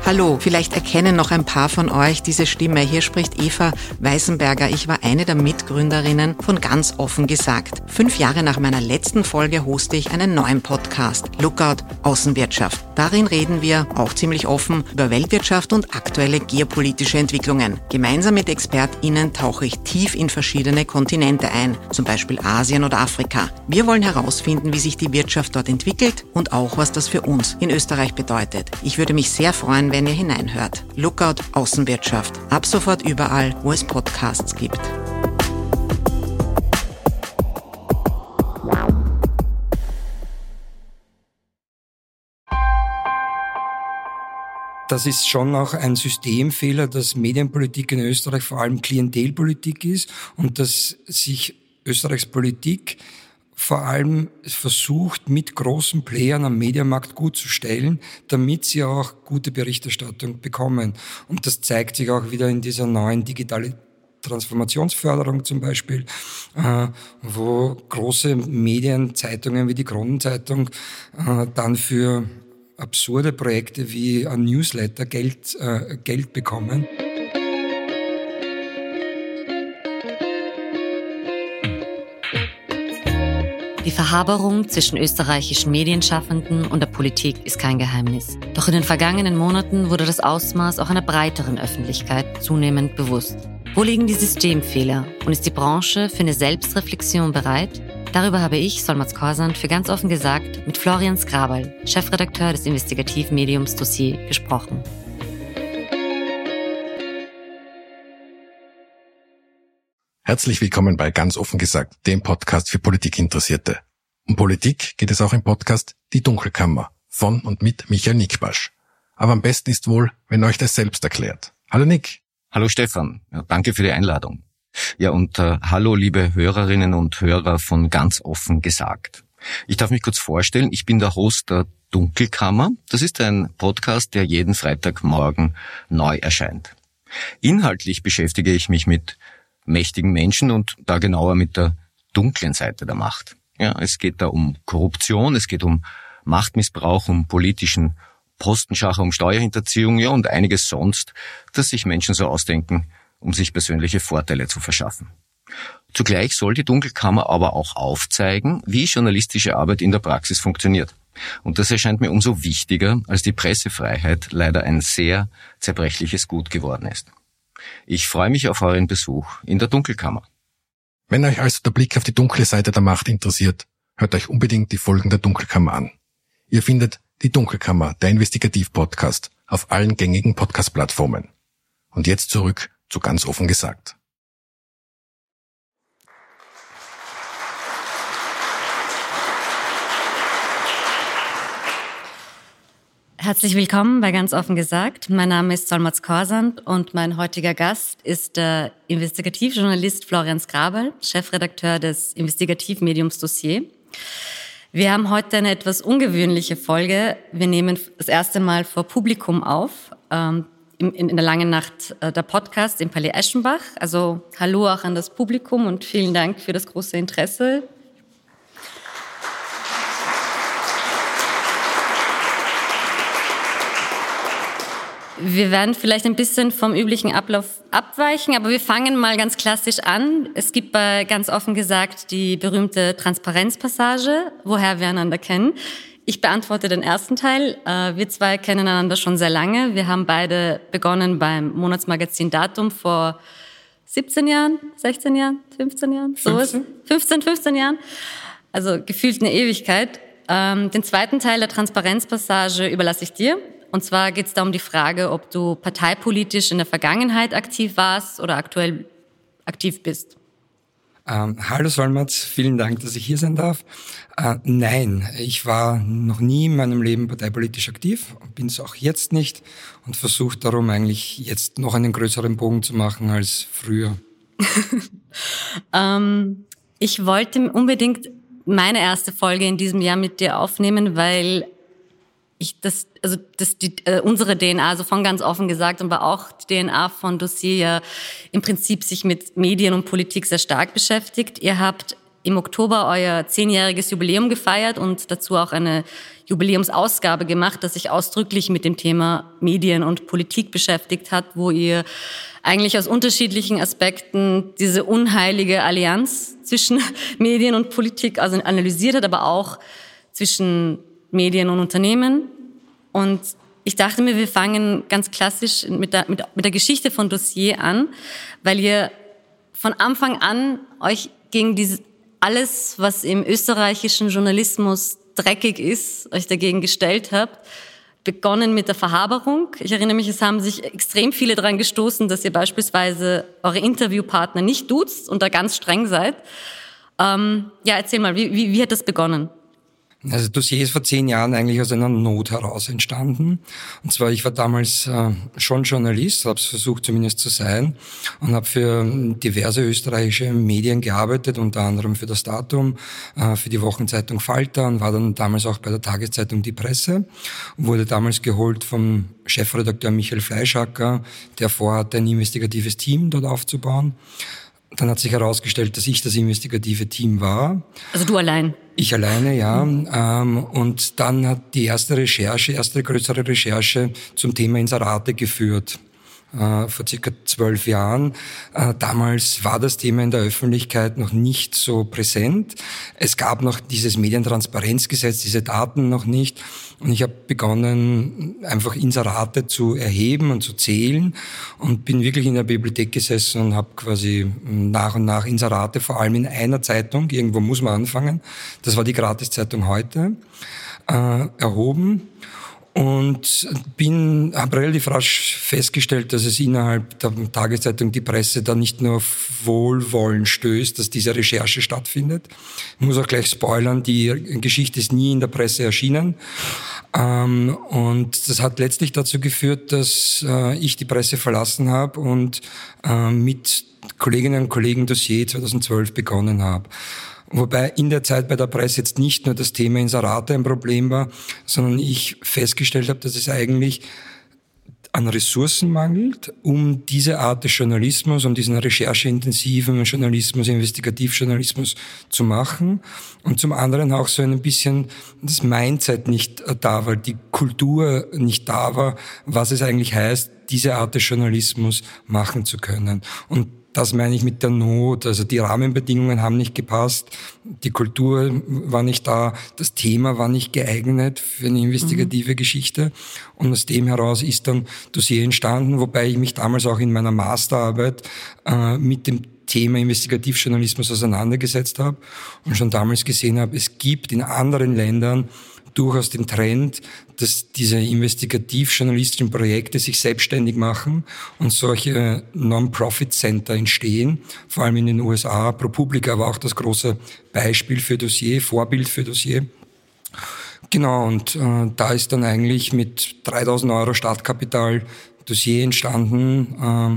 Hallo, vielleicht erkennen noch ein paar von euch diese Stimme. Hier spricht Eva Weißenberger. Ich war eine der Mitgründerinnen von Ganz offen gesagt. 5 Jahre nach meiner letzten Folge hoste ich einen neuen Podcast, Lookout Außenwirtschaft. Darin reden wir, auch ziemlich offen, über Weltwirtschaft und aktuelle geopolitische Entwicklungen. Gemeinsam mit ExpertInnen tauche ich tief in verschiedene Kontinente ein, zum Beispiel Asien oder Afrika. Wir wollen herausfinden, wie sich die Wirtschaft dort entwickelt und auch, was das für uns in Österreich bedeutet. Ich würde mich sehr freuen, wenn ihr hineinhört. Lookout Außenwirtschaft. Ab sofort überall, wo es Podcasts gibt. Das ist schon auch ein Systemfehler, dass Medienpolitik in Österreich vor allem Klientelpolitik ist und dass sich Österreichs Politik vor allem versucht, mit großen Playern am Medienmarkt gut zu stellen, damit sie auch gute Berichterstattung bekommen. Und das zeigt sich auch wieder in dieser neuen digitalen Transformationsförderung zum Beispiel, wo große Medien, Zeitungen wie die Kronenzeitung dann für absurde Projekte wie ein Newsletter Geld bekommen. Die Verhaberung zwischen österreichischen Medienschaffenden und der Politik ist kein Geheimnis. Doch in den vergangenen Monaten wurde das Ausmaß auch einer breiteren Öffentlichkeit zunehmend bewusst. Wo liegen die Systemfehler und ist die Branche für eine Selbstreflexion bereit? Darüber habe ich, Solmaz Korsand, für Ganz offen gesagt mit Florian Skraberl, Chefredakteur des Investigativmediums Dossier, gesprochen. Herzlich willkommen bei Ganz offen gesagt, dem Podcast für Politikinteressierte. Um Politik geht es auch im Podcast Die Dunkelkammer von und mit Michael Nickbasch. Aber am besten ist wohl, wenn euch das selbst erklärt. Hallo Nick. Hallo Stefan, ja, danke für die Einladung. Ja, und hallo liebe Hörerinnen und Hörer von Ganz offen gesagt. Ich darf mich kurz vorstellen, ich bin der Host der Dunkelkammer. Das ist ein Podcast, der jeden Freitagmorgen neu erscheint. Inhaltlich beschäftige ich mich mit mächtigen Menschen und da genauer mit der dunklen Seite der Macht. Ja, es geht da um Korruption, es geht um Machtmissbrauch, um politischen Postenschacher, um Steuerhinterziehung, ja, und einiges sonst, das sich Menschen so ausdenken, um sich persönliche Vorteile zu verschaffen. Zugleich soll die Dunkelkammer aber auch aufzeigen, wie journalistische Arbeit in der Praxis funktioniert. Und das erscheint mir umso wichtiger, als die Pressefreiheit leider ein sehr zerbrechliches Gut geworden ist. Ich freue mich auf euren Besuch in der Dunkelkammer. Wenn euch also der Blick auf die dunkle Seite der Macht interessiert, hört euch unbedingt die Folgen der Dunkelkammer an. Ihr findet die Dunkelkammer, der Investigativ-Podcast, auf allen gängigen Podcast-Plattformen. Und jetzt zurück zu Ganz offen gesagt. Herzlich willkommen bei Ganz offen gesagt. Mein Name ist Solmaz Korsand und mein heutiger Gast ist der Investigativjournalist Florian Skraberl, Chefredakteur des Investigativmediums Dossier. Wir haben heute eine etwas ungewöhnliche Folge. Wir nehmen das erste Mal vor Publikum auf, in der langen Nacht der Podcast im Palais Eschenbach. Also hallo auch an das Publikum und vielen Dank für das große Interesse. Wir werden vielleicht ein bisschen vom üblichen Ablauf abweichen, aber wir fangen mal ganz klassisch an. Es gibt bei Ganz offen gesagt die berühmte Transparenzpassage, woher wir einander kennen. Ich beantworte den ersten Teil. Wir zwei kennen einander schon sehr lange. Wir haben beide begonnen beim Monatsmagazin Datum vor 17 Jahren, 16 Jahren, 15 Jahren, sowas. 15 Jahren. Also gefühlt eine Ewigkeit. Den zweiten Teil der Transparenzpassage überlasse ich dir. Und zwar geht es da um die Frage, ob du parteipolitisch in der Vergangenheit aktiv warst oder aktuell aktiv bist. Hallo Solmaz, vielen Dank, dass ich hier sein darf. Nein, ich war noch nie in meinem Leben parteipolitisch aktiv, bin es auch jetzt nicht und versuche darum eigentlich jetzt noch einen größeren Bogen zu machen als früher. Ich wollte unbedingt meine erste Folge in diesem Jahr mit dir aufnehmen, weil unsere DNA, also von Ganz offen gesagt, aber auch die DNA von Dossier ja im Prinzip sich mit Medien und Politik sehr stark beschäftigt. Ihr habt im Oktober euer 10-jähriges Jubiläum gefeiert und dazu auch eine Jubiläumsausgabe gemacht, das sich ausdrücklich mit dem Thema Medien und Politik beschäftigt hat, wo ihr eigentlich aus unterschiedlichen Aspekten diese unheilige Allianz zwischen Medien und Politik also analysiert hat, aber auch zwischen Medien und Unternehmen. Und ich dachte mir, wir fangen ganz klassisch mit der Geschichte von Dossier an, weil ihr von Anfang an euch gegen alles, was im österreichischen Journalismus dreckig ist, euch dagegen gestellt habt. Begonnen mit der Verhaberung. Ich erinnere mich, es haben sich extrem viele daran gestoßen, dass ihr beispielsweise eure Interviewpartner nicht duzt und da ganz streng seid. Erzähl mal, wie hat das begonnen? Also Dossier ist vor 10 Jahren eigentlich aus einer Not heraus entstanden. Und zwar, ich war damals schon Journalist, habe es versucht zumindest zu sein, und habe für diverse österreichische Medien gearbeitet, unter anderem für das Datum, für die Wochenzeitung Falter, und war dann damals auch bei der Tageszeitung Die Presse. Wurde damals geholt vom Chefredakteur Michael Fleischacker, der vorhatte, ein investigatives Team dort aufzubauen. Dann hat sich herausgestellt, dass ich das investigative Team war. Also du allein? Ich alleine, ja. Und dann hat die erste größere Recherche zum Thema Inserate geführt. Vor circa 12 Jahren. Damals war das Thema in der Öffentlichkeit noch nicht so präsent. Es gab noch dieses Medientransparenzgesetz, diese Daten noch nicht. Und ich habe begonnen, einfach Inserate zu erheben und zu zählen, und bin wirklich in der Bibliothek gesessen und habe quasi nach und nach Inserate, vor allem in einer Zeitung, irgendwo muss man anfangen, das war die Gratiszeitung Heute, erhoben. Und habe relativ rasch festgestellt, dass es innerhalb der Tageszeitung Die Presse da nicht nur auf Wohlwollen stößt, dass diese Recherche stattfindet. Ich muss auch gleich spoilern, die Geschichte ist nie in der Presse erschienen. Und das hat letztlich dazu geführt, dass ich die Presse verlassen habe und mit Kolleginnen und Kollegen Dossier 2012 begonnen habe. Wobei in der Zeit bei der Presse jetzt nicht nur das Thema Inserate ein Problem war, sondern ich festgestellt habe, dass es eigentlich an Ressourcen mangelt, um diese Art des Journalismus, um diesen rechercheintensiven Journalismus, Investigativjournalismus zu machen. Und zum anderen auch so ein bisschen das Mindset nicht da war, die Kultur nicht da war, was es eigentlich heißt, diese Art des Journalismus machen zu können. Und das meine ich mit der Not. Also die Rahmenbedingungen haben nicht gepasst, die Kultur war nicht da, das Thema war nicht geeignet für eine investigative Geschichte. Und aus dem heraus ist dann Dossier entstanden, wobei ich mich damals auch in meiner Masterarbeit mit dem Thema Investigativjournalismus auseinandergesetzt habe und schon damals gesehen habe, es gibt in anderen Ländern durchaus den Trend, dass diese investigativ-journalistischen Projekte sich selbstständig machen und solche Non-Profit-Center entstehen, vor allem in den USA. ProPublica war auch das große Beispiel für Dossier, Vorbild für Dossier. Genau, und da ist dann eigentlich mit 3.000 € Startkapital Dossier entstanden,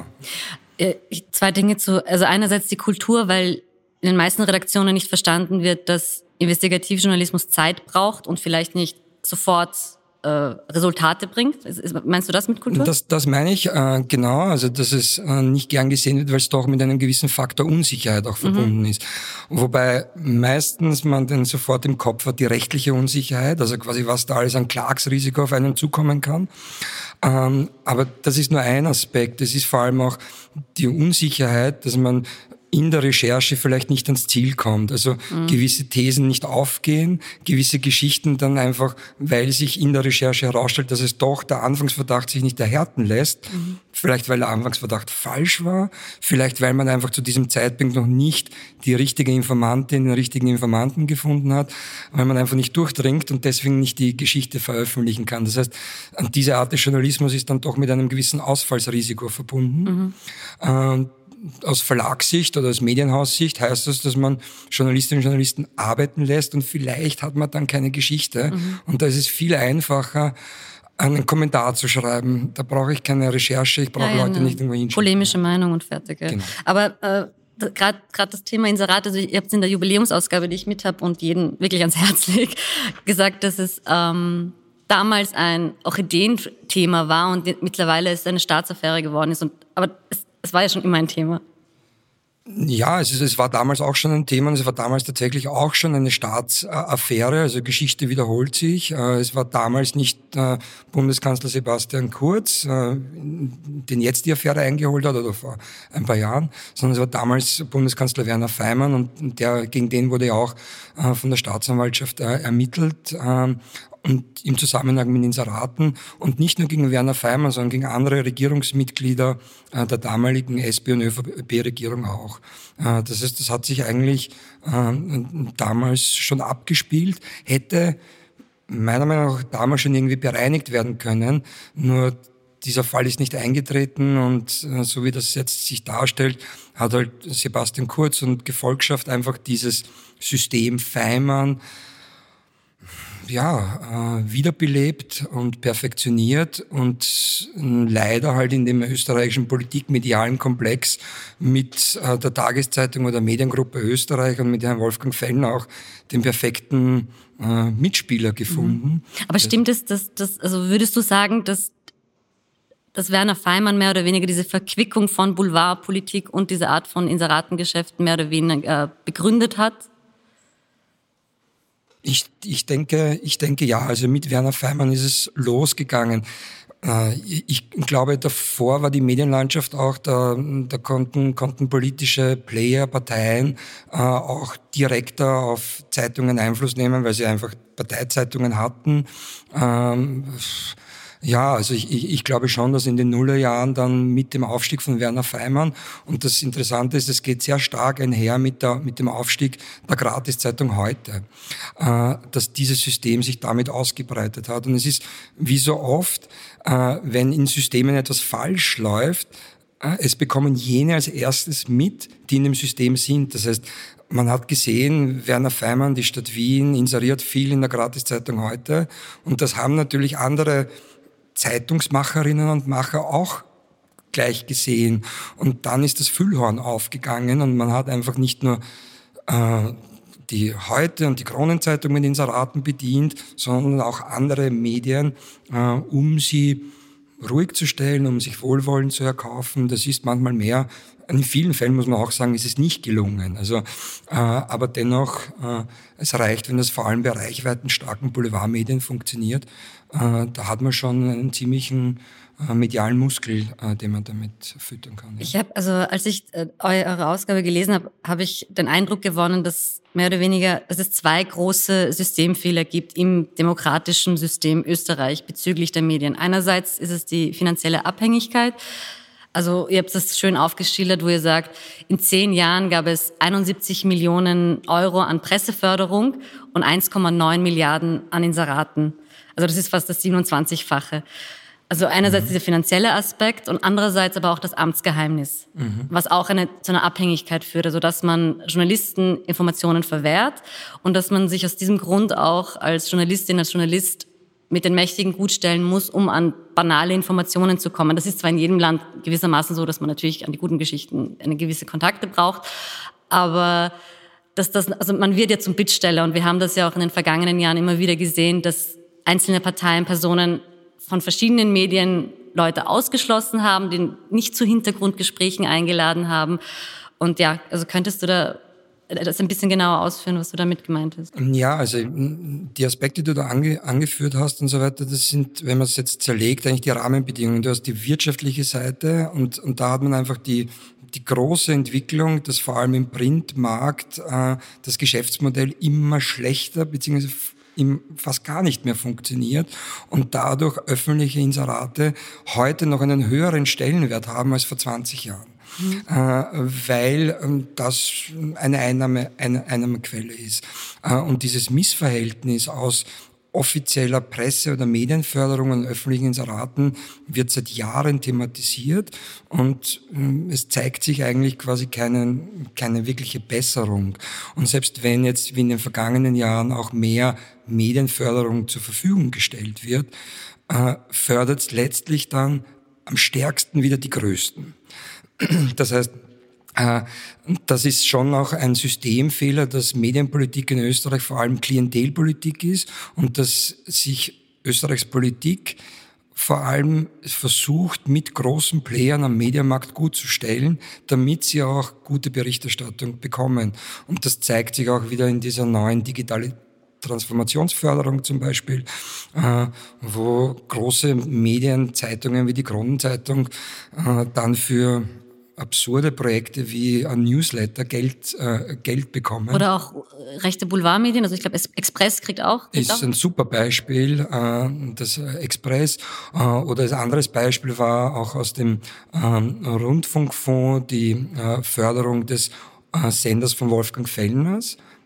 Zwei Dinge also einerseits die Kultur, weil in den meisten Redaktionen nicht verstanden wird, dass Investigativjournalismus Zeit braucht und vielleicht nicht sofort Resultate bringt. Meinst du das mit Kultur? Das meine ich, genau. Also, dass es nicht gern gesehen wird, weil es doch mit einem gewissen Faktor Unsicherheit auch verbunden ist. Wobei meistens man dann sofort im Kopf hat die rechtliche Unsicherheit, also quasi was da alles an Klagsrisiko auf einen zukommen kann. Aber das ist nur ein Aspekt. Es ist vor allem auch die Unsicherheit, dass man in der Recherche vielleicht nicht ans Ziel kommt. Also gewisse Thesen nicht aufgehen, gewisse Geschichten dann einfach, weil sich in der Recherche herausstellt, dass es doch der Anfangsverdacht sich nicht erhärten lässt. Vielleicht weil der Anfangsverdacht falsch war, vielleicht weil man einfach zu diesem Zeitpunkt noch nicht die richtige Informantin, den richtigen Informanten gefunden hat, weil man einfach nicht durchdringt und deswegen nicht die Geschichte veröffentlichen kann. Das heißt, diese Art des Journalismus ist dann doch mit einem gewissen Ausfallsrisiko verbunden. Aus Verlagssicht oder aus Medienhaussicht heißt das, dass man Journalistinnen und Journalisten arbeiten lässt und vielleicht hat man dann keine Geschichte. Und da ist es viel einfacher, einen Kommentar zu schreiben. Da brauche ich keine Recherche, ich brauche Leute nicht irgendwo hinschicken. Polemische Meinung und fertig. Ja. Genau. Aber gerade das Thema Inserat, also ihr habt es in der Jubiläumsausgabe, die ich mit habe und jeden wirklich ans Herz lege, gesagt, dass es damals ein Orchideenthema war und mittlerweile es eine Staatsaffäre geworden ist. Aber es war ja schon immer ein Thema. Ja, es war damals auch schon ein Thema und es war damals tatsächlich auch schon eine Staatsaffäre, also Geschichte wiederholt sich. Es war damals nicht Bundeskanzler Sebastian Kurz, den jetzt die Affäre eingeholt hat oder vor ein paar Jahren, sondern es war damals Bundeskanzler Werner Faymann und gegen den wurde ja auch von der Staatsanwaltschaft ermittelt. Und im Zusammenhang mit Inseraten und nicht nur gegen Werner Faymann, sondern gegen andere Regierungsmitglieder der damaligen SP- und ÖVP-Regierung auch. Das heißt, das hat sich eigentlich damals schon abgespielt, hätte meiner Meinung nach damals schon irgendwie bereinigt werden können, nur dieser Fall ist nicht eingetreten und so wie das jetzt sich darstellt, hat halt Sebastian Kurz und Gefolgschaft einfach dieses System Faymann wiederbelebt und perfektioniert und leider halt in dem österreichischen politikmedialen Komplex mit der Tageszeitung oder Mediengruppe Österreich und mit Herrn Wolfgang Fellner auch den perfekten Mitspieler gefunden. Aber stimmt es, also würdest du sagen, dass Werner Faymann mehr oder weniger diese Verquickung von Boulevardpolitik und diese Art von Inseratengeschäften mehr oder weniger begründet hat? Ich denke ja, also mit Werner Faymann ist es losgegangen. Ich glaube, davor war die Medienlandschaft auch, da konnten politische Player, Parteien auch direkter auf Zeitungen Einfluss nehmen, weil sie einfach Parteizeitungen hatten. Ja, also ich glaube schon, dass in den Nullerjahren dann mit dem Aufstieg von Werner Faymann, und das Interessante ist, es geht sehr stark einher mit dem Aufstieg der Gratiszeitung Heute, dass dieses System sich damit ausgebreitet hat. Und es ist wie so oft, wenn in Systemen etwas falsch läuft, es bekommen jene als erstes mit, die in dem System sind. Das heißt, man hat gesehen, Werner Faymann, die Stadt Wien, inseriert viel in der Gratiszeitung Heute. Und das haben natürlich andere Zeitungsmacherinnen und Macher auch gleich gesehen. Und dann ist das Füllhorn aufgegangen und man hat einfach nicht nur die Heute und die Kronenzeitung mit Inseraten bedient, sondern auch andere Medien, um sie ruhig zu stellen, um sich Wohlwollen zu erkaufen. Das ist manchmal mehr. In vielen Fällen muss man auch sagen, ist es nicht gelungen. Also, aber dennoch, es reicht, wenn das vor allem bei reichweitenstarken Boulevardmedien funktioniert. Da hat man schon einen ziemlichen medialen Muskel, den man damit füttern kann. Ja. Ich habe, also als ich eure Ausgabe gelesen habe, habe ich den Eindruck gewonnen, dass mehr oder weniger, dass es zwei große Systemfehler gibt im demokratischen System Österreich bezüglich der Medien. Einerseits ist es die finanzielle Abhängigkeit. Also ihr habt das schön aufgeschildert, wo ihr sagt, in 10 Jahren gab es 71 Millionen Euro an Presseförderung und 1,9 Milliarden an Inseraten. Also das ist fast das 27-fache. Also einerseits dieser finanzielle Aspekt und andererseits aber auch das Amtsgeheimnis, was auch zu einer Abhängigkeit führt, also dass man Journalisten Informationen verwehrt und dass man sich aus diesem Grund auch als Journalistin, als Journalist mit den Mächtigen gutstellen muss, um an banale Informationen zu kommen. Das ist zwar in jedem Land gewissermaßen so, dass man natürlich an die guten Geschichten eine gewisse Kontakte braucht, aber also man wird ja zum Bittsteller und wir haben das ja auch in den vergangenen Jahren immer wieder gesehen, dass einzelne Parteien, Personen von verschiedenen Medien Leute ausgeschlossen haben, die nicht zu Hintergrundgesprächen eingeladen haben. Und ja, also könntest du da das ein bisschen genauer ausführen, was du damit gemeint hast? Ja, also die Aspekte, die du da angeführt hast und so weiter, das sind, wenn man es jetzt zerlegt, eigentlich die Rahmenbedingungen. Du hast die wirtschaftliche Seite und da hat man einfach die große Entwicklung, dass vor allem im Printmarkt das Geschäftsmodell immer schlechter beziehungsweise fast gar nicht mehr funktioniert und dadurch öffentliche Inserate heute noch einen höheren Stellenwert haben als vor 20 Jahren. Weil das eine Einnahmequelle ist. Und dieses Missverhältnis aus offizieller Presse- oder Medienförderung und öffentlichen Inseraten wird seit Jahren thematisiert und es zeigt sich eigentlich quasi keine wirkliche Besserung. Und selbst wenn jetzt wie in den vergangenen Jahren auch mehr Medienförderung zur Verfügung gestellt wird, fördert es letztlich dann am stärksten wieder die Größten. Das heißt, das ist schon auch ein Systemfehler, dass Medienpolitik in Österreich vor allem Klientelpolitik ist und dass sich Österreichs Politik vor allem versucht, mit großen Playern am Medienmarkt gut zu stellen, damit sie auch gute Berichterstattung bekommen. Und das zeigt sich auch wieder in dieser neuen digitalen Transformationsförderung zum Beispiel, wo große Medien, Zeitungen wie die Kronenzeitung dann für absurde Projekte wie ein Newsletter Geld bekommen. Oder auch rechte Boulevardmedien, also ich glaube Express kriegt auch. Ist ein super Beispiel, das Express. Oder ein anderes Beispiel war auch aus dem Rundfunkfonds die Förderung des Senders von Wolfgang Fellner,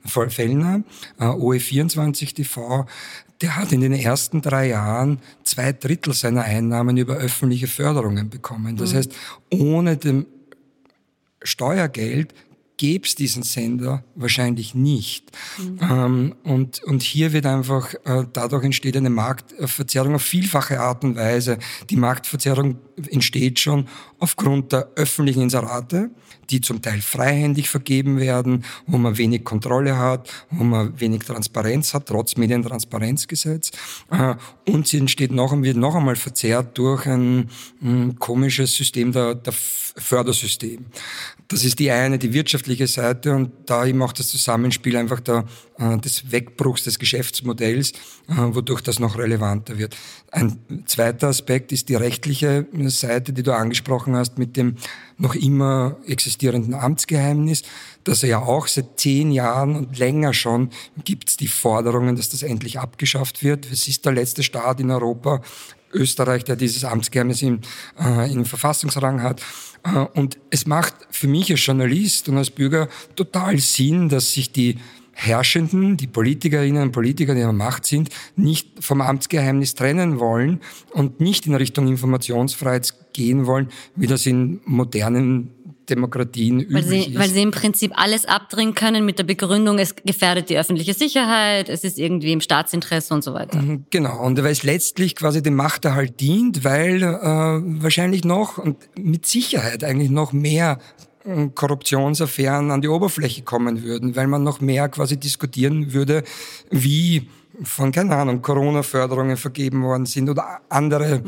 OE24 TV. Der hat in den ersten 3 Jahren 2/3 seiner Einnahmen über öffentliche Förderungen bekommen. Das heißt, ohne dem Steuergeld gäbe es diesen Sender wahrscheinlich nicht. Und hier wird einfach, dadurch entsteht eine Marktverzerrung auf vielfache Art und Weise. Die Marktverzerrung entsteht schon aufgrund der öffentlichen Inserate, die zum Teil freihändig vergeben werden, wo man wenig Kontrolle hat, wo man wenig Transparenz hat, trotz Medientransparenzgesetz. Und sie entsteht wird noch einmal verzerrt durch ein komisches System der Fördersystem. Das ist die wirtschaftliche Seite, und da eben auch das Zusammenspiel einfach des Wegbruchs des Geschäftsmodells, wodurch das noch relevanter wird. Ein zweiter Aspekt ist die rechtliche Seite, die du angesprochen hast, mit dem noch immer existierenden Amtsgeheimnis, dass ja auch seit 10 Jahren und länger schon gibt's die Forderungen, dass das endlich abgeschafft wird. Es ist der letzte Staat in Europa, Österreich, der dieses Amtsgeheimnis in Verfassungsrang hat. Und es macht für mich als Journalist und als Bürger total Sinn, dass sich die Herrschenden, die Politikerinnen und Politiker, die an der Macht sind, nicht vom Amtsgeheimnis trennen wollen und nicht in Richtung Informationsfreiheit gehen wollen, wie das in modernen Demokratien üblich ist. Weil sie im Prinzip alles abdrehen können mit der Begründung, es gefährdet die öffentliche Sicherheit, es ist irgendwie im Staatsinteresse und so weiter. Genau, und weil es letztlich quasi dem Machterhalt dient, weil wahrscheinlich noch und mit Sicherheit eigentlich noch mehr Korruptionsaffären an die Oberfläche kommen würden, weil man noch mehr quasi diskutieren würde, wie von, keine Ahnung, Corona-Förderungen vergeben worden sind oder andere,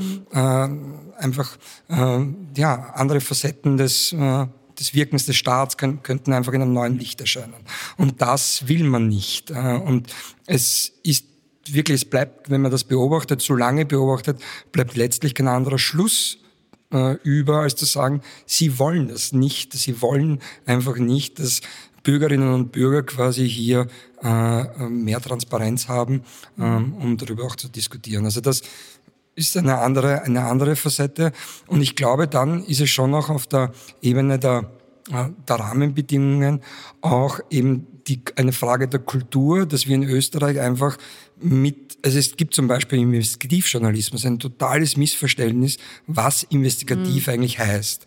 andere Facetten des Wirkens des Staats könnten einfach in einem neuen Licht erscheinen. Und das will man nicht. Und es ist wirklich, es bleibt, wenn man das beobachtet, so lange beobachtet, bleibt letztlich kein anderer Schluss über, als zu sagen, sie wollen das nicht. Sie wollen einfach nicht, dass Bürgerinnen und Bürger quasi hier mehr Transparenz haben, um darüber auch zu diskutieren. Also das ist eine andere Facette. Und ich glaube, dann ist es schon auch auf der Ebene der Rahmenbedingungen auch eben eine Frage der Kultur, dass wir in Österreich einfach also es gibt zum Beispiel im Investigativjournalismus ein totales Missverständnis, was investigativ eigentlich heißt.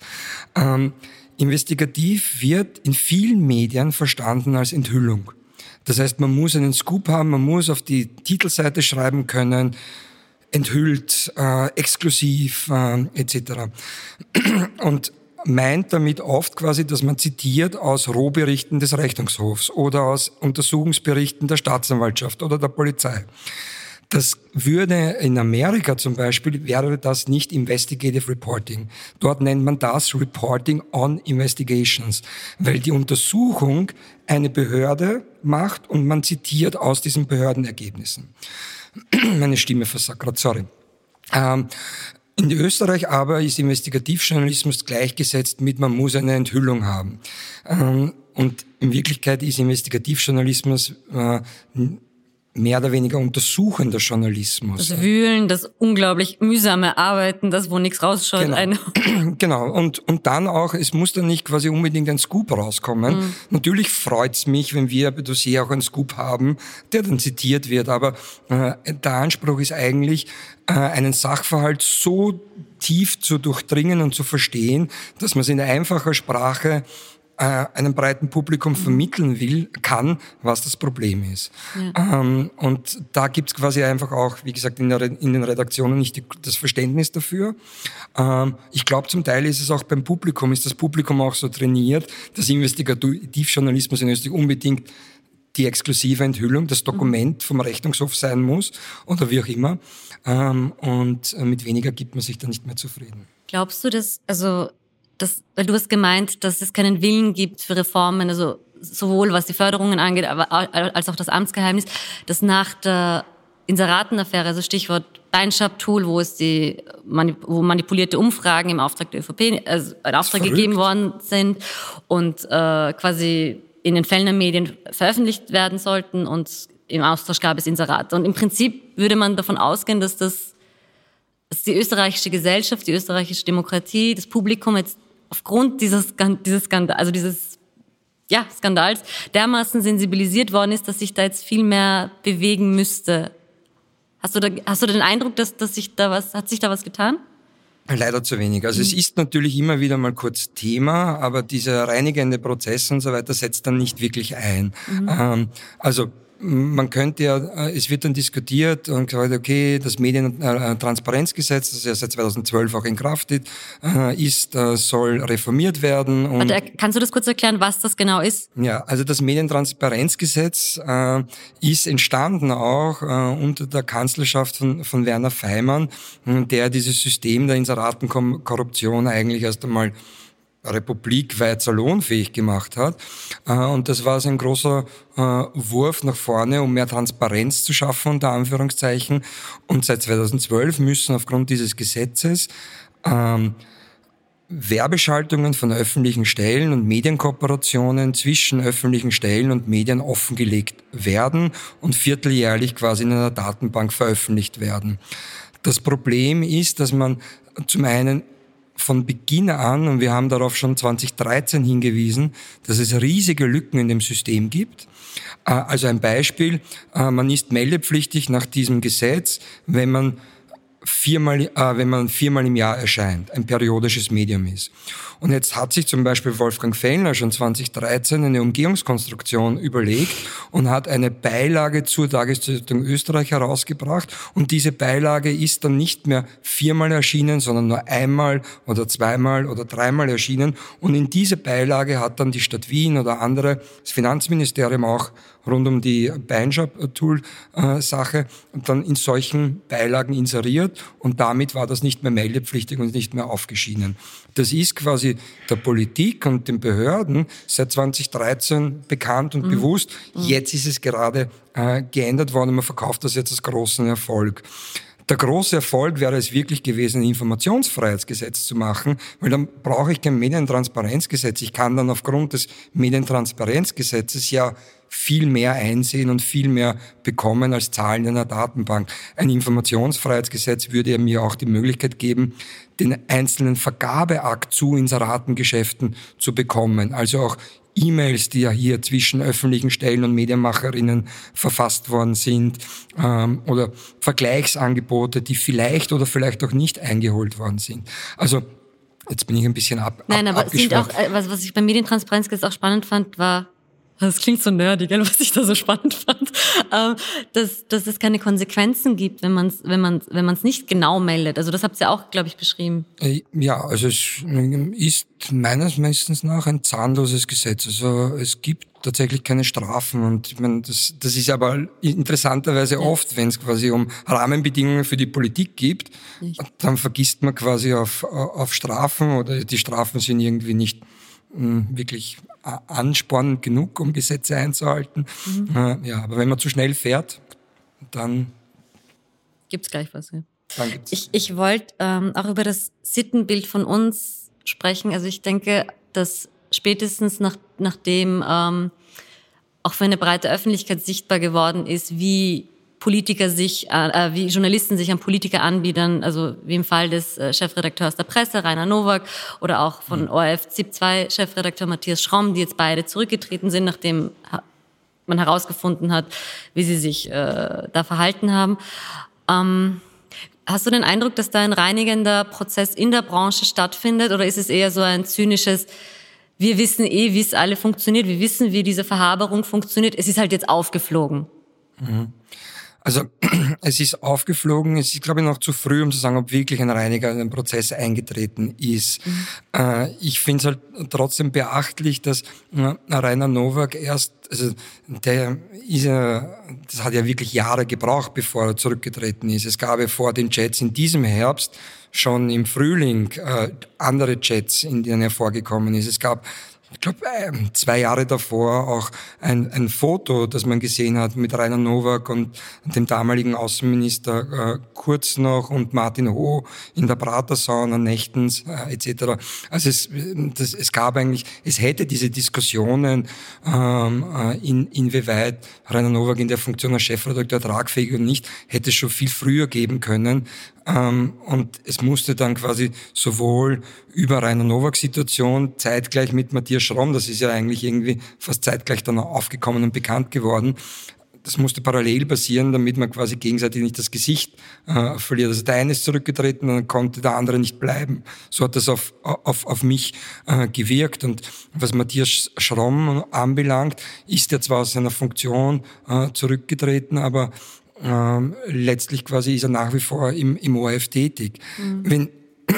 Investigativ wird in vielen Medien verstanden als Enthüllung. Das heißt, man muss einen Scoop haben, man muss auf die Titelseite schreiben können, enthüllt, exklusiv, etc. Und meint damit oft quasi, dass man zitiert aus Rohberichten des Rechnungshofs oder aus Untersuchungsberichten der Staatsanwaltschaft oder der Polizei. Das würde in Amerika zum Beispiel, wäre das nicht Investigative Reporting. Dort nennt man das Reporting on Investigations, weil die Untersuchung eine Behörde macht und man zitiert aus diesen Behördenergebnissen. Meine Stimme versagt gerade, sorry. In Österreich aber ist Investigativjournalismus gleichgesetzt mit, man muss eine Enthüllung haben. Und in Wirklichkeit ist Investigativjournalismus mehr oder weniger untersuchender Journalismus. Das Wühlen, das unglaublich mühsame Arbeiten, das wo nichts rausschaut. Genau. Und dann auch, es muss dann nicht quasi unbedingt ein Scoop rauskommen. Natürlich freut's mich, wenn wir bei Dossier auch einen Scoop haben, der dann zitiert wird. Aber der Anspruch ist eigentlich, einen Sachverhalt so tief zu durchdringen und zu verstehen, dass man es in einfacher Sprache einem breiten Publikum vermitteln kann, was das Problem ist. Ja. Und da gibt's quasi einfach auch, wie gesagt, in den Redaktionen nicht das Verständnis dafür. Ich glaube, zum Teil ist es auch beim Publikum, ist das Publikum auch so trainiert, dass Investigativjournalismus in Österreich unbedingt die exklusive Enthüllung, das Dokument vom Rechnungshof sein muss oder wie auch immer. Und mit weniger gibt man sich dann nicht mehr zufrieden. Glaubst du, weil du hast gemeint, dass es keinen Willen gibt für Reformen, also sowohl was die Förderungen angeht, aber als auch das Amtsgeheimnis, dass nach der Inseratenaffäre, also Stichwort Beinschab-Tool, wo manipulierte Umfragen im Auftrag der ÖVP in Auftrag gegeben worden sind und quasi in den Fellner Medien veröffentlicht werden sollten und im Austausch gab es Inserate. Und im Prinzip würde man davon ausgehen, dass die österreichische Gesellschaft, die österreichische Demokratie, das Publikum jetzt aufgrund dieses Skandals dermaßen sensibilisiert worden ist, dass sich da jetzt viel mehr bewegen müsste. Hast du den Eindruck, hat sich da was getan? Leider zu wenig. Also es ist natürlich immer wieder mal kurz Thema, aber dieser reinigende Prozess und so weiter setzt dann nicht wirklich ein. Also man könnte ja, es wird dann diskutiert und gesagt, okay, das Medientransparenzgesetz, das ja seit 2012 auch in Kraft ist, soll reformiert werden. Und kannst du das kurz erklären, was das genau ist? Ja, also das Medientransparenzgesetz ist entstanden auch unter der Kanzlerschaft von Werner Faymann, der dieses System der Inseratenkorruption eigentlich erst einmal republikweit salonfähig gemacht hat. Und das war so ein großer Wurf nach vorne, um mehr Transparenz zu schaffen, unter Anführungszeichen. Und seit 2012 müssen aufgrund dieses Gesetzes Werbeschaltungen von öffentlichen Stellen und Medienkooperationen zwischen öffentlichen Stellen und Medien offengelegt werden und vierteljährlich quasi in einer Datenbank veröffentlicht werden. Das Problem ist, dass man zum einen von Beginn an, und wir haben darauf schon 2013 hingewiesen, dass es riesige Lücken in dem System gibt. Also ein Beispiel, man ist meldepflichtig nach diesem Gesetz, wenn man viermal im Jahr erscheint, ein periodisches Medium ist. Und jetzt hat sich zum Beispiel Wolfgang Fellner schon 2013 eine Umgehungskonstruktion überlegt und hat eine Beilage zur Tageszeitung Österreich herausgebracht. Und diese Beilage ist dann nicht mehr viermal erschienen, sondern nur einmal oder zweimal oder dreimal erschienen. Und in diese Beilage hat dann die Stadt Wien oder andere, das Finanzministerium auch rund um die Beinschab-Tool-Sache, dann in solchen Beilagen inseriert und damit war das nicht mehr meldepflichtig und nicht mehr aufgeschieden. Das ist quasi der Politik und den Behörden seit 2013 bekannt und bewusst. Jetzt ist es gerade geändert worden und man verkauft das jetzt als großen Erfolg. Der große Erfolg wäre es wirklich gewesen, ein Informationsfreiheitsgesetz zu machen, weil dann brauche ich kein Medientransparenzgesetz. Ich kann dann aufgrund des Medientransparenzgesetzes ja viel mehr einsehen und viel mehr bekommen als Zahlen in einer Datenbank. Ein Informationsfreiheitsgesetz würde mir auch die Möglichkeit geben, den einzelnen Vergabeakt zu Inseratengeschäften zu bekommen. Also auch E-Mails, die ja hier zwischen öffentlichen Stellen und Medienmacherinnen verfasst worden sind, oder Vergleichsangebote, die vielleicht oder vielleicht auch nicht eingeholt worden sind. Also jetzt bin ich ein bisschen Nein, aber sind auch, was ich beim Medientransparenzgesetz auch spannend fand, war, das klingt so nerdig, was ich da so spannend fand, dass es keine Konsequenzen gibt, wenn man es nicht genau meldet. Also das habt ihr auch, glaube ich, beschrieben. Ja, also es ist meines Wissens nach ein zahnloses Gesetz. Also es gibt tatsächlich keine Strafen und ich meine, das ist aber interessanterweise oft, wenn es quasi um Rahmenbedingungen für die Politik geht, dann vergisst man quasi auf Strafen oder die Strafen sind irgendwie nicht wirklich anspornend genug, um Gesetze einzuhalten. Ja, aber wenn man zu schnell fährt, dann gibt's gleich was. Ja. Dann gibt's. Ich wollte auch über das Sittenbild von uns sprechen. Also ich denke, dass spätestens nachdem auch für eine breite Öffentlichkeit sichtbar geworden ist, wie wie Journalisten sich an Politiker anbieten, also wie im Fall des Chefredakteurs der Presse, Rainer Nowak, oder auch von ORF ZIP 2 Chefredakteur Matthias Schromm, die jetzt beide zurückgetreten sind, nachdem man herausgefunden hat, wie sie sich da verhalten haben. Hast du den Eindruck, dass da ein reinigender Prozess in der Branche stattfindet, oder ist es eher so ein zynisches, wir wissen wie es alle funktioniert, wir wissen, wie diese Verhaberung funktioniert, es ist halt jetzt aufgeflogen? Also es ist aufgeflogen. Es ist, glaube ich, noch zu früh, um zu sagen, ob wirklich ein Reiniger in den Prozess eingetreten ist. Ich finde es halt trotzdem beachtlich, dass Rainer Nowak das hat ja wirklich Jahre gebraucht, bevor er zurückgetreten ist. Es gab ja vor den Chats in diesem Herbst schon im Frühling andere Chats, in denen er vorgekommen ist. Es gab, ich glaube, 2 Jahre davor auch ein Foto, das man gesehen hat mit Rainer Nowak und dem damaligen Außenminister Kurz noch und Martin Ho in der Pratersauna nächtens etc. Also es gab eigentlich, es hätte diese Diskussionen, inwieweit Rainer Nowak in der Funktion als Chefredakteur tragfähig und nicht, hätte es schon viel früher geben können. Und es musste dann quasi sowohl über Rainer Nowaks Situation zeitgleich mit Matthias Schromm, das ist ja eigentlich irgendwie fast zeitgleich dann aufgekommen und bekannt geworden, das musste parallel passieren, damit man quasi gegenseitig nicht das Gesicht verliert. Also der eine ist zurückgetreten und dann konnte der andere nicht bleiben. So hat das auf mich gewirkt. Und was Matthias Schromm anbelangt, ist er zwar aus seiner Funktion zurückgetreten, aber letztlich quasi ist er nach wie vor im ORF tätig. Wenn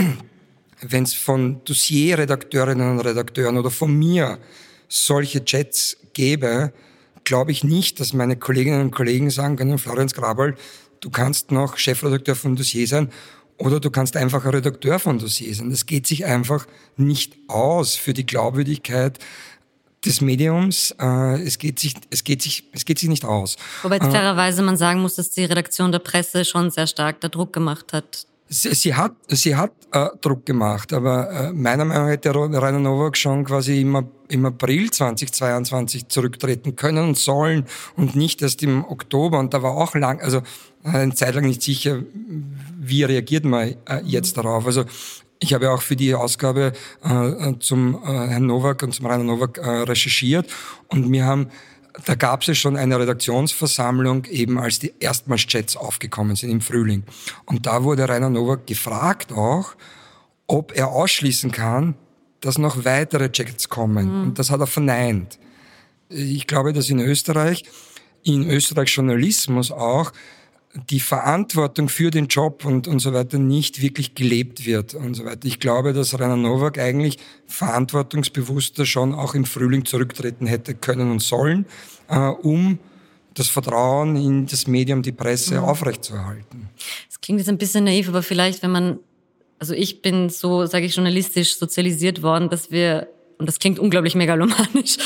es von Dossierredakteurinnen und Redakteuren oder von mir solche Chats gäbe, glaube ich nicht, dass meine Kolleginnen und Kollegen sagen können, Florenz Grabl, du kannst noch Chefredakteur von Dossier sein oder du kannst einfach ein Redakteur von Dossier sein. Das geht sich einfach nicht aus für die Glaubwürdigkeit des Mediums. Es geht sich nicht aus. Wobei jetzt fairerweise man sagen muss, dass die Redaktion der Presse schon sehr stark da Druck gemacht hat. Sie hat Druck gemacht, aber meiner Meinung nach hätte Rainer Nowak schon quasi im April 2022 zurücktreten können und sollen und nicht erst im Oktober. Und da war auch eine Zeit lang nicht sicher, wie reagiert man jetzt darauf. Also ich habe auch für die Ausgabe zum Herrn Nowak und zum Rainer Nowak recherchiert und da gab es ja schon eine Redaktionsversammlung, eben als die erstmals Chats aufgekommen sind im Frühling. Und da wurde Rainer Nowak gefragt auch, ob er ausschließen kann, dass noch weitere Chats kommen. Und das hat er verneint. Ich glaube, dass in Österreich Journalismus auch die Verantwortung für den Job und so weiter nicht wirklich gelebt wird und so weiter. Ich glaube, dass Rainer Nowak eigentlich verantwortungsbewusster schon auch im Frühling zurücktreten hätte können und sollen, um das Vertrauen in das Medium, die Presse aufrechtzuerhalten. Das klingt jetzt ein bisschen naiv, aber vielleicht, also ich bin so, sage ich, journalistisch sozialisiert worden, dass wir, und das klingt unglaublich megalomanisch,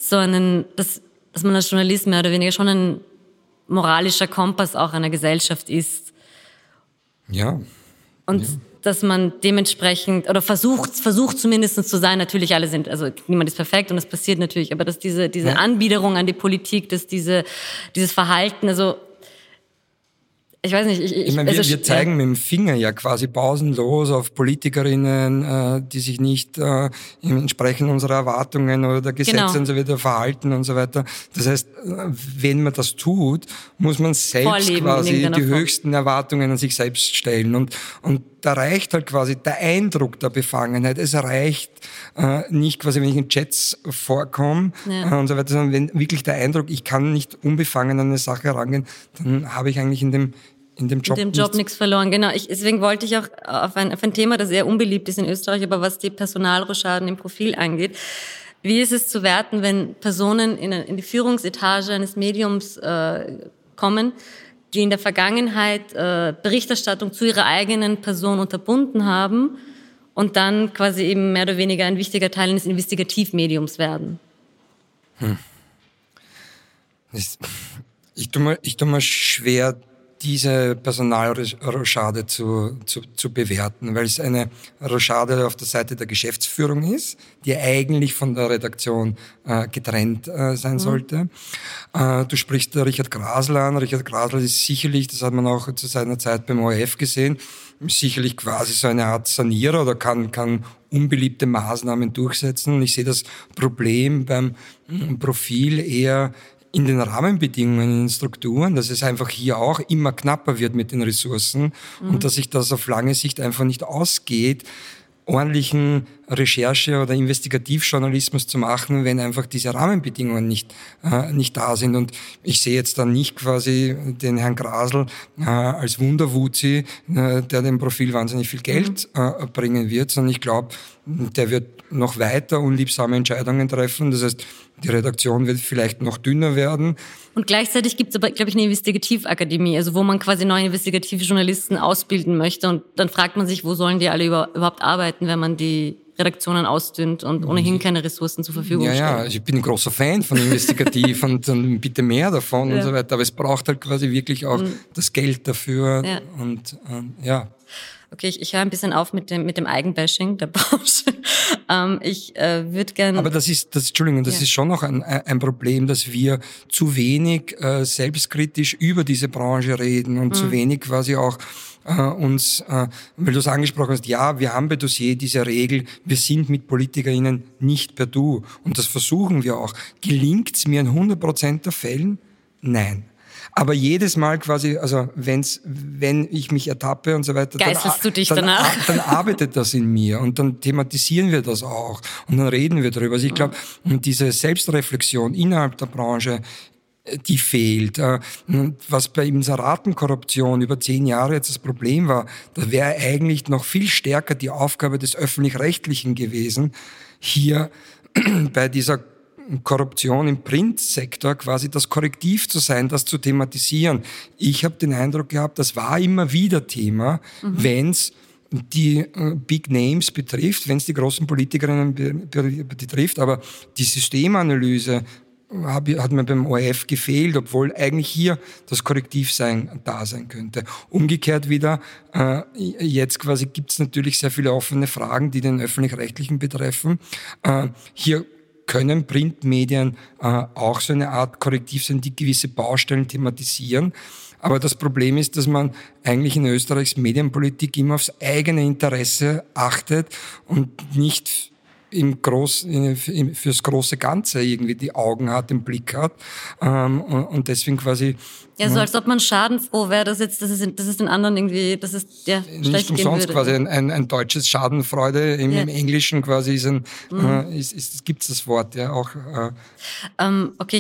dass man als Journalist mehr oder weniger schon ein moralischer Kompass auch einer Gesellschaft ist. Ja. Und dass man dementsprechend, oder versucht zumindest zu sein, natürlich alle sind, also niemand ist perfekt und das passiert natürlich, aber dass diese Anbiederung an die Politik, dass dieses Verhalten, also ich weiß nicht. Ich meine, wir zeigen mit dem Finger ja quasi pausenlos auf Politikerinnen, die sich nicht entsprechend unserer Erwartungen oder der Gesetze und so weiter verhalten und so weiter. Das heißt, wenn man das tut, muss man selbst quasi die höchsten Erwartungen an sich selbst stellen. Und da reicht halt quasi der Eindruck der Befangenheit. Es reicht nicht quasi, wenn ich in Chats vorkomme und so weiter, sondern wenn wirklich der Eindruck, ich kann nicht unbefangen an eine Sache herangehen, dann habe ich eigentlich in dem Job nichts verloren. Genau. Deswegen wollte ich auch auf ein Thema, das sehr unbeliebt ist in Österreich, aber was die Personalrochaden im Profil angeht. Wie ist es zu werten, wenn Personen in die Führungsetage eines Mediums kommen, die in der Vergangenheit Berichterstattung zu ihrer eigenen Person unterbunden haben und dann quasi eben mehr oder weniger ein wichtiger Teil eines Investigativmediums werden? Ich tu mal schwer, diese Personalrochade zu bewerten, weil es eine Rochade auf der Seite der Geschäftsführung ist, die eigentlich von der Redaktion getrennt sein sollte. Du sprichst Richard Grasl an. Richard Grasl ist sicherlich, das hat man auch zu seiner Zeit beim ORF gesehen, sicherlich quasi so eine Art Sanierer oder kann unbeliebte Maßnahmen durchsetzen. Und ich sehe das Problem beim Profil eher in den Rahmenbedingungen, in den Strukturen, dass es einfach hier auch immer knapper wird mit den Ressourcen und dass sich das auf lange Sicht einfach nicht ausgeht, ordentlichen Recherche- oder Investigativjournalismus zu machen, wenn einfach diese Rahmenbedingungen nicht da sind. Und ich sehe jetzt dann nicht quasi den Herrn Grasl als Wunderwuzi, der dem Profil wahnsinnig viel Geld bringen wird, sondern ich glaube, der wird noch weiter unliebsame Entscheidungen treffen. Das heißt, die Redaktion wird vielleicht noch dünner werden. Und gleichzeitig gibt es aber, glaube ich, eine Investigativakademie, also wo man quasi neue investigative Journalisten ausbilden möchte. Und dann fragt man sich, wo sollen die alle überhaupt arbeiten, wenn man die Redaktionen ausdünnt und ohnehin keine Ressourcen zur Verfügung stellt. Ja, also ich bin ein großer Fan von Investigativ und dann bitte mehr davon und so weiter. Aber es braucht halt quasi wirklich auch das Geld dafür und Okay, ich höre ein bisschen auf mit dem Eigenbashing der Branche. Ich würde gerne... Aber das ist schon noch ein Problem, dass wir zu wenig selbstkritisch über diese Branche reden und zu wenig quasi auch uns, weil du es angesprochen hast, ja, wir haben bei Dossier diese Regel, wir sind mit PolitikerInnen nicht per Du. Und das versuchen wir auch. Gelingt's mir in 100% der Fällen? Nein. Aber jedes Mal quasi, also wenn ich mich ertappe und so weiter, geißelst du dich danach? Dann arbeitet das in mir und dann thematisieren wir das auch und dann reden wir darüber. Also ich glaube, diese Selbstreflexion innerhalb der Branche, die fehlt. Was bei Inseratenkorruption über 10 Jahre jetzt das Problem war, da wäre eigentlich noch viel stärker die Aufgabe des Öffentlich-Rechtlichen gewesen, hier bei dieser Korruption im Printsektor quasi das Korrektiv zu sein, das zu thematisieren. Ich habe den Eindruck gehabt, das war immer wieder Thema, wenn es die Big Names betrifft, wenn es die großen Politikerinnen betrifft, aber die Systemanalyse hat mir beim ORF gefehlt, obwohl eigentlich hier das Korrektiv da sein könnte. Umgekehrt wieder, jetzt quasi gibt es natürlich sehr viele offene Fragen, die den Öffentlich-Rechtlichen betreffen. Hier können Printmedien auch so eine Art Korrektiv sein, die gewisse Baustellen thematisieren. Aber das Problem ist, dass man eigentlich in Österreichs Medienpolitik immer aufs eigene Interesse achtet und nicht fürs große Ganze irgendwie die Augen hat, den Blick hat. Und deswegen quasi... Ja, so als ob man schadenfroh wäre, dass es den anderen irgendwie, dass es schlecht gehen würde. Nicht umsonst quasi ein deutsches Schadenfreude im Englischen quasi gibt's das Wort, ja auch. Okay,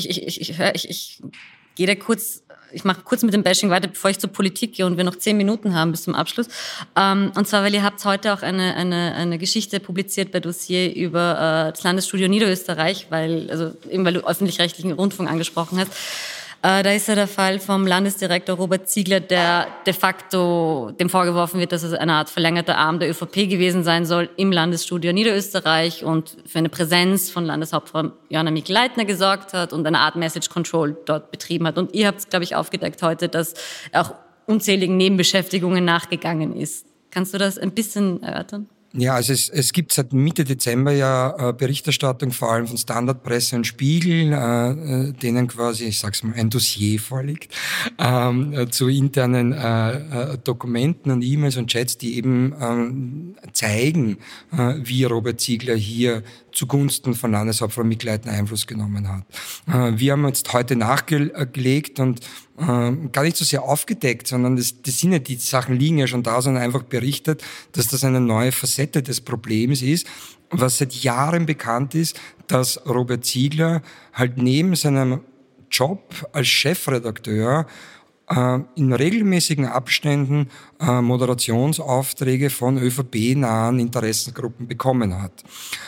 ich gehe da kurz... Ich mache kurz mit dem Bashing weiter, bevor ich zur Politik gehe und wir noch 10 Minuten haben bis zum Abschluss. Und zwar, weil ihr habt heute auch eine Geschichte publiziert bei Dossier über das Landesstudio Niederösterreich, weil du öffentlich-rechtlichen Rundfunk angesprochen hast. Da ist ja der Fall vom Landesdirektor Robert Ziegler, der de facto dem vorgeworfen wird, dass es eine Art verlängerter Arm der ÖVP gewesen sein soll im Landesstudio Niederösterreich und für eine Präsenz von Landeshauptfrau Joanna Mikl-Leitner gesorgt hat und eine Art Message Control dort betrieben hat. Und ihr habt es, glaube ich, aufgedeckt heute, dass auch unzähligen Nebenbeschäftigungen nachgegangen ist. Kannst du das ein bisschen erörtern? Ja, also es gibt seit Mitte Dezember ja Berichterstattung, vor allem von Standard, Presse und Spiegel, denen quasi, ich sag's mal, ein Dossier vorliegt, zu internen Dokumenten und E-Mails und Chats, die eben zeigen, wie Robert Ziegler hier zugunsten von Landeshauptfrau Mikl-Leitner Einfluss genommen hat. Wir haben jetzt heute nachgelegt und gar nicht so sehr aufgedeckt, sondern die Sachen liegen ja schon da, sondern einfach berichtet, dass das eine neue Facette des Problems ist, was seit Jahren bekannt ist, dass Robert Ziegler halt neben seinem Job als Chefredakteur in regelmäßigen Abständen Moderationsaufträge von ÖVP-nahen Interessengruppen bekommen hat.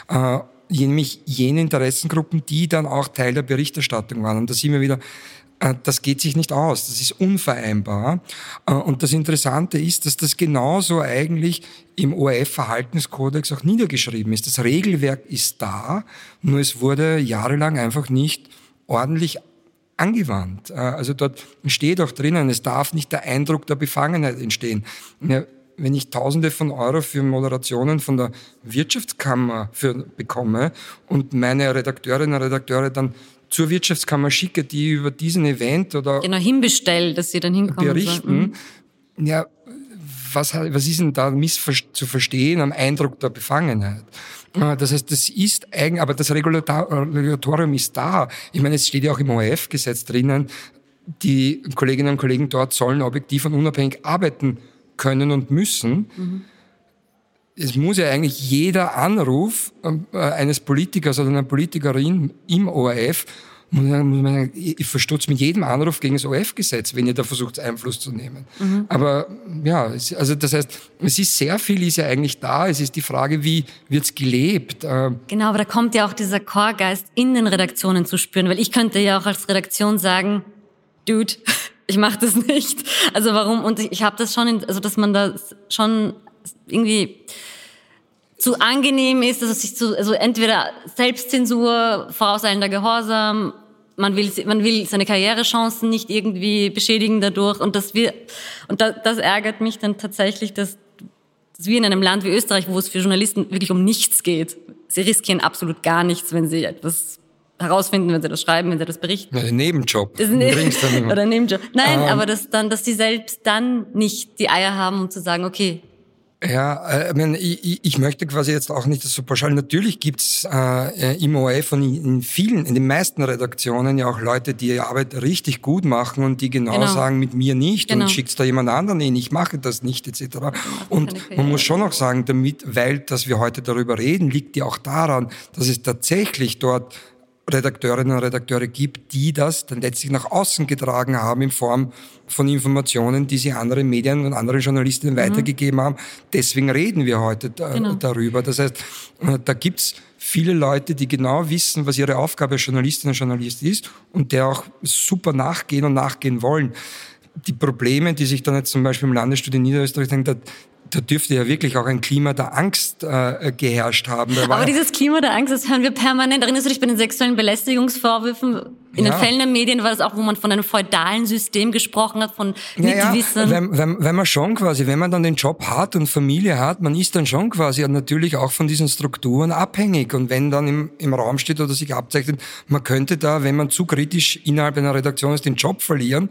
Nämlich jene Interessengruppen, die dann auch Teil der Berichterstattung waren. Und da sind wir wieder, das geht sich nicht aus, das ist unvereinbar. Und das Interessante ist, dass das genauso eigentlich im ORF-Verhaltenskodex auch niedergeschrieben ist. Das Regelwerk ist da, nur es wurde jahrelang einfach nicht ordentlich angewandt. Also dort steht auch drinnen, es darf nicht der Eindruck der Befangenheit entstehen. Ja, wenn ich Tausende von Euro für Moderationen von der Wirtschaftskammer bekomme und meine Redakteurinnen und Redakteure dann zur Wirtschaftskammer schicke, die über diesen Event oder genau hinbestellt, dass sie dann hinkommen berichten, ja, was ist denn da zu verstehen am Eindruck der Befangenheit? Das heißt, das ist eigentlich, aber das Regulatorium ist da. Ich meine, es steht ja auch im ORF-Gesetz drinnen, die Kolleginnen und Kollegen dort sollen objektiv und unabhängig arbeiten können und müssen. es muss ja eigentlich jeder Anruf eines Politikers oder einer Politikerin im ORF, muss man sagen, ich verstutze mit jedem Anruf gegen das ORF-Gesetz, wenn ihr da versucht, Einfluss zu nehmen. Aber ja, also das heißt, es ist sehr viel ist ja eigentlich da. Es ist die Frage, wie wird's gelebt? Genau, aber da kommt ja auch dieser Chorgeist in den Redaktionen zu spüren, weil ich könnte ja auch als Redaktion sagen, Dude, ich mache das nicht. Also warum? Und ich habe das schon, also dass man da schon irgendwie zu angenehm ist, dass es sich also entweder Selbstzensur, vorauseilender Gehorsam, man will seine Karrierechancen nicht irgendwie beschädigen dadurch und das ärgert mich dann tatsächlich, dass wir in einem Land wie Österreich, wo es für Journalisten wirklich um nichts geht, sie riskieren absolut gar nichts, wenn sie etwas herausfinden, wenn sie das schreiben, wenn sie das berichten. Ein Nebenjob. Oder Nebenjob. Nein, aber dass sie selbst dann nicht die Eier haben, um zu sagen, okay. Ja, ich möchte quasi jetzt auch nicht das so pauschal. Natürlich gibt's im ORF und in den meisten Redaktionen ja auch Leute, die ihre Arbeit richtig gut machen und die genau sagen, mit mir nicht und schickst da jemand anderen hin, ich mache das nicht, etc. Und man muss schon auch sagen, dass wir heute darüber reden, liegt ja auch daran, dass es tatsächlich dort Redakteurinnen und Redakteure gibt, die das dann letztlich nach außen getragen haben in Form von Informationen, die sie anderen Medien und anderen Journalistinnen weitergegeben haben. Deswegen reden wir heute darüber. Das heißt, da gibt's viele Leute, die genau wissen, was ihre Aufgabe als Journalistin und Journalist ist und der auch super nachgehen und nachgehen wollen. Die Probleme, die sich dann jetzt zum Beispiel im Landesstudio Niederösterreich denken, da dürfte ja wirklich auch ein Klima der Angst geherrscht haben. Aber dieses Klima der Angst, das hören wir permanent. Erinnerst du dich bei den sexuellen Belästigungsvorwürfen? In den Fällen der Medien war das auch, wo man von einem feudalen System gesprochen hat, von Mitwissen. Wenn man schon quasi, wenn man dann den Job hat und Familie hat, man ist dann schon quasi natürlich auch von diesen Strukturen abhängig. Und wenn dann im Raum steht oder sich abzeichnet, man könnte da, wenn man zu kritisch innerhalb einer Redaktion ist, den Job verlieren.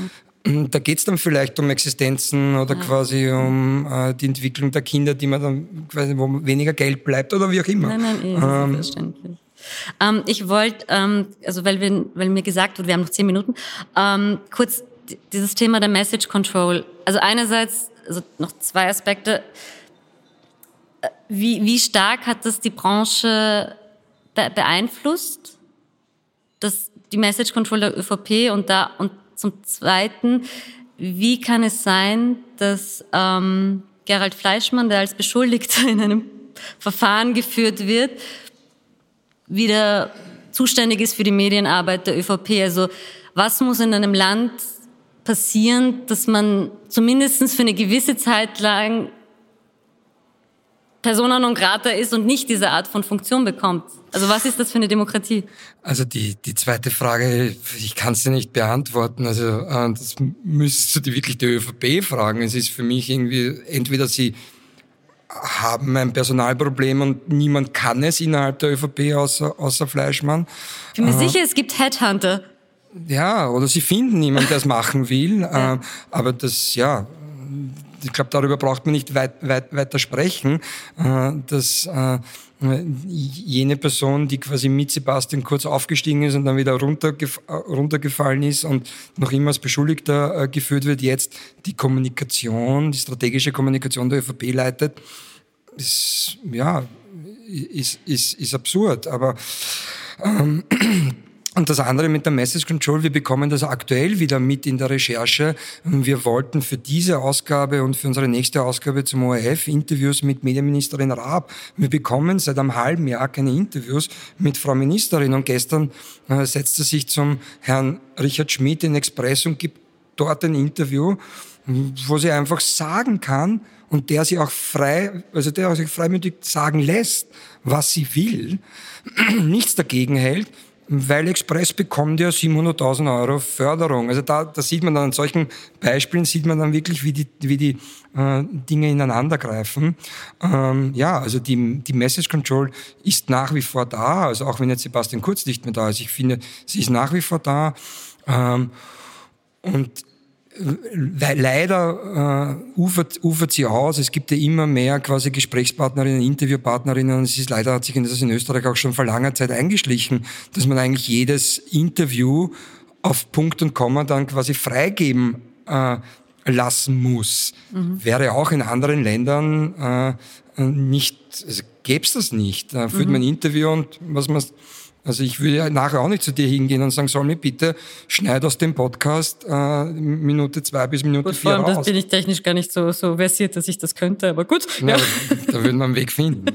Da geht's dann vielleicht um Existenzen oder quasi um die Entwicklung der Kinder, die man dann quasi, wo weniger Geld bleibt oder wie auch immer. Nein, selbstverständlich. Ich wollte, also weil mir gesagt wurde, wir haben noch 10 Minuten, kurz dieses Thema der Message Control. Also einerseits, also noch 2 Aspekte. Wie stark hat das die Branche beeinflusst, dass die Message Control der ÖVP und zum Zweiten, wie kann es sein, dass Gerald Fleischmann, der als Beschuldigter in einem Verfahren geführt wird, wieder zuständig ist für die Medienarbeit der ÖVP? Also was muss in einem Land passieren, dass man zumindest für eine gewisse Zeit lang persona non grata ist und nicht diese Art von Funktion bekommt? Also was ist das für eine Demokratie? Also die zweite Frage, ich kann sie nicht beantworten. Also das müsstest du wirklich die ÖVP fragen. Es ist für mich irgendwie, entweder sie haben ein Personalproblem und niemand kann es innerhalb der ÖVP außer Fleischmann. Ich bin mir sicher, es gibt Headhunter. Ja, oder sie finden niemanden, der es machen will. Aber das, ich glaube, darüber braucht man nicht weiter sprechen, dass jene Person, die quasi mit Sebastian Kurz aufgestiegen ist und dann wieder runtergefallen ist und noch immer als Beschuldigter geführt wird, jetzt die strategische Kommunikation der ÖVP leitet, ist absurd. Aber und das andere mit der Message Control, wir bekommen das aktuell wieder mit in der Recherche. Wir wollten für diese Ausgabe und für unsere nächste Ausgabe zum ORF Interviews mit Medienministerin Raab. Wir bekommen seit einem halben Jahr keine Interviews mit Frau Ministerin. Und gestern setzte sich zum Herrn Richard Schmidt in Express und gibt dort ein Interview, wo sie einfach sagen kann und der sich freimütig sagen lässt, was sie will, nichts dagegen hält. Weil Express bekommt ja 700.000 Euro Förderung. Also da sieht man dann an solchen Beispielen, sieht man dann wirklich, wie die Dinge ineinander greifen. Also die Message Control ist nach wie vor da. Also auch wenn jetzt Sebastian Kurz nicht mehr da ist. Ich finde, sie ist nach wie vor da. Und leider ufert sie aus. Es gibt ja immer mehr quasi Gesprächspartnerinnen, Interviewpartnerinnen. Und hat sich das in Österreich auch schon vor langer Zeit eingeschlichen, dass man eigentlich jedes Interview auf Punkt und Komma dann quasi freigeben lassen muss. Wäre auch in anderen Ländern nicht, also gäbe es das nicht. Da führt man ein Interview und also ich würde ja nachher auch nicht zu dir hingehen und sagen, soll mir bitte schneid aus dem Podcast Minute 2 bis Minute 4 raus. Das bin ich technisch gar nicht so versiert, dass ich das könnte, aber gut. Ja, da würden wir einen Weg finden.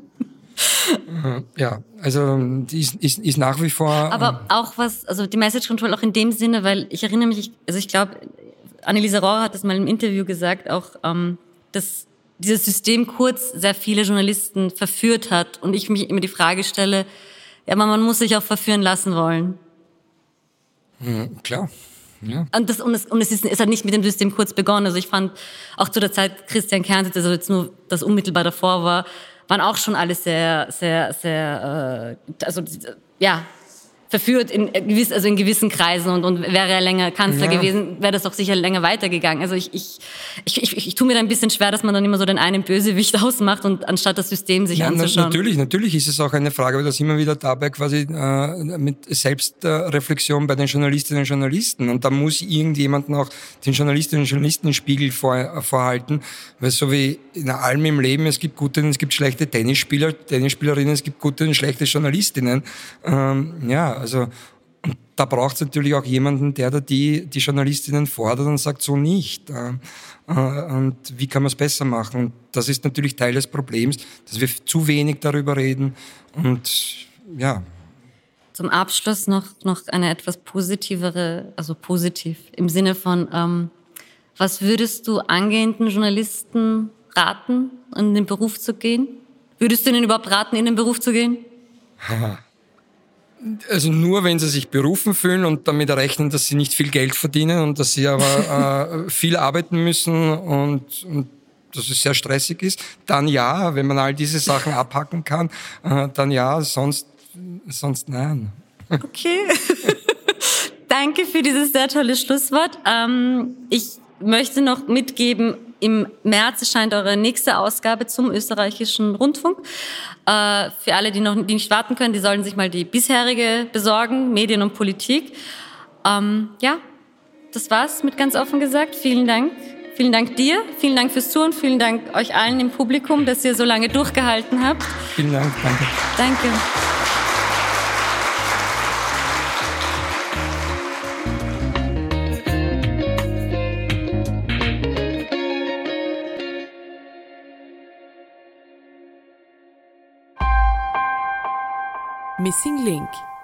Ja, also ist nach wie vor... Aber auch also die Message Control auch in dem Sinne, weil ich erinnere mich, also ich glaube, Anneliese Rohrer hat das mal im Interview gesagt, auch, dass dieses System Kurz sehr viele Journalisten verführt hat und ich mich immer die Frage stelle, ja, aber man muss sich auch verführen lassen wollen. Klar. Ja. Und es hat nicht mit dem System Kurz begonnen. Also ich fand auch zu der Zeit Christian Kernitz, also jetzt nur das unmittelbar davor war, waren auch schon alle sehr, sehr, sehr, verführt in gewissen Kreisen und wäre er länger Kanzler gewesen, wäre das doch sicher länger weitergegangen. Also ich tue mir da ein bisschen schwer, dass man dann immer so den einen Bösewicht ausmacht und anstatt das System sich anzuschauen. Natürlich ist es auch eine Frage, aber da sind wir wieder dabei quasi mit Selbstreflexion bei den Journalistinnen und Journalisten. Und da muss irgendjemand auch den Journalistinnen und Journalisten den Spiegel vorhalten, weil so wie in allem im Leben, es gibt gute und es gibt schlechte Tennisspielerinnen, es gibt gute und schlechte Journalistinnen. Also da braucht es natürlich auch jemanden, der da die Journalistinnen fordert und sagt, so nicht. Und wie kann man es besser machen? Und das ist natürlich Teil des Problems, dass wir zu wenig darüber reden. Und ja. Zum Abschluss noch eine etwas positivere, also positiv im Sinne von, was würdest du angehenden Journalisten raten, in den Beruf zu gehen? Würdest du ihnen überhaupt raten, in den Beruf zu gehen? Also nur, wenn sie sich berufen fühlen und damit rechnen, dass sie nicht viel Geld verdienen und dass sie aber viel arbeiten müssen und dass es sehr stressig ist, dann ja, wenn man all diese Sachen abhacken kann, dann ja, sonst nein. Okay. Danke für dieses sehr tolle Schlusswort. Ich möchte noch mitgeben, im März erscheint eure nächste Ausgabe zum österreichischen Rundfunk. Für alle, die nicht warten können, die sollen sich mal die bisherige besorgen, Medien und Politik. Das war's mit ganz offen gesagt. Vielen Dank. Vielen Dank dir, vielen Dank fürs Zuhören, vielen Dank euch allen im Publikum, dass ihr so lange durchgehalten habt. Vielen Dank, danke. Danke. Missing Link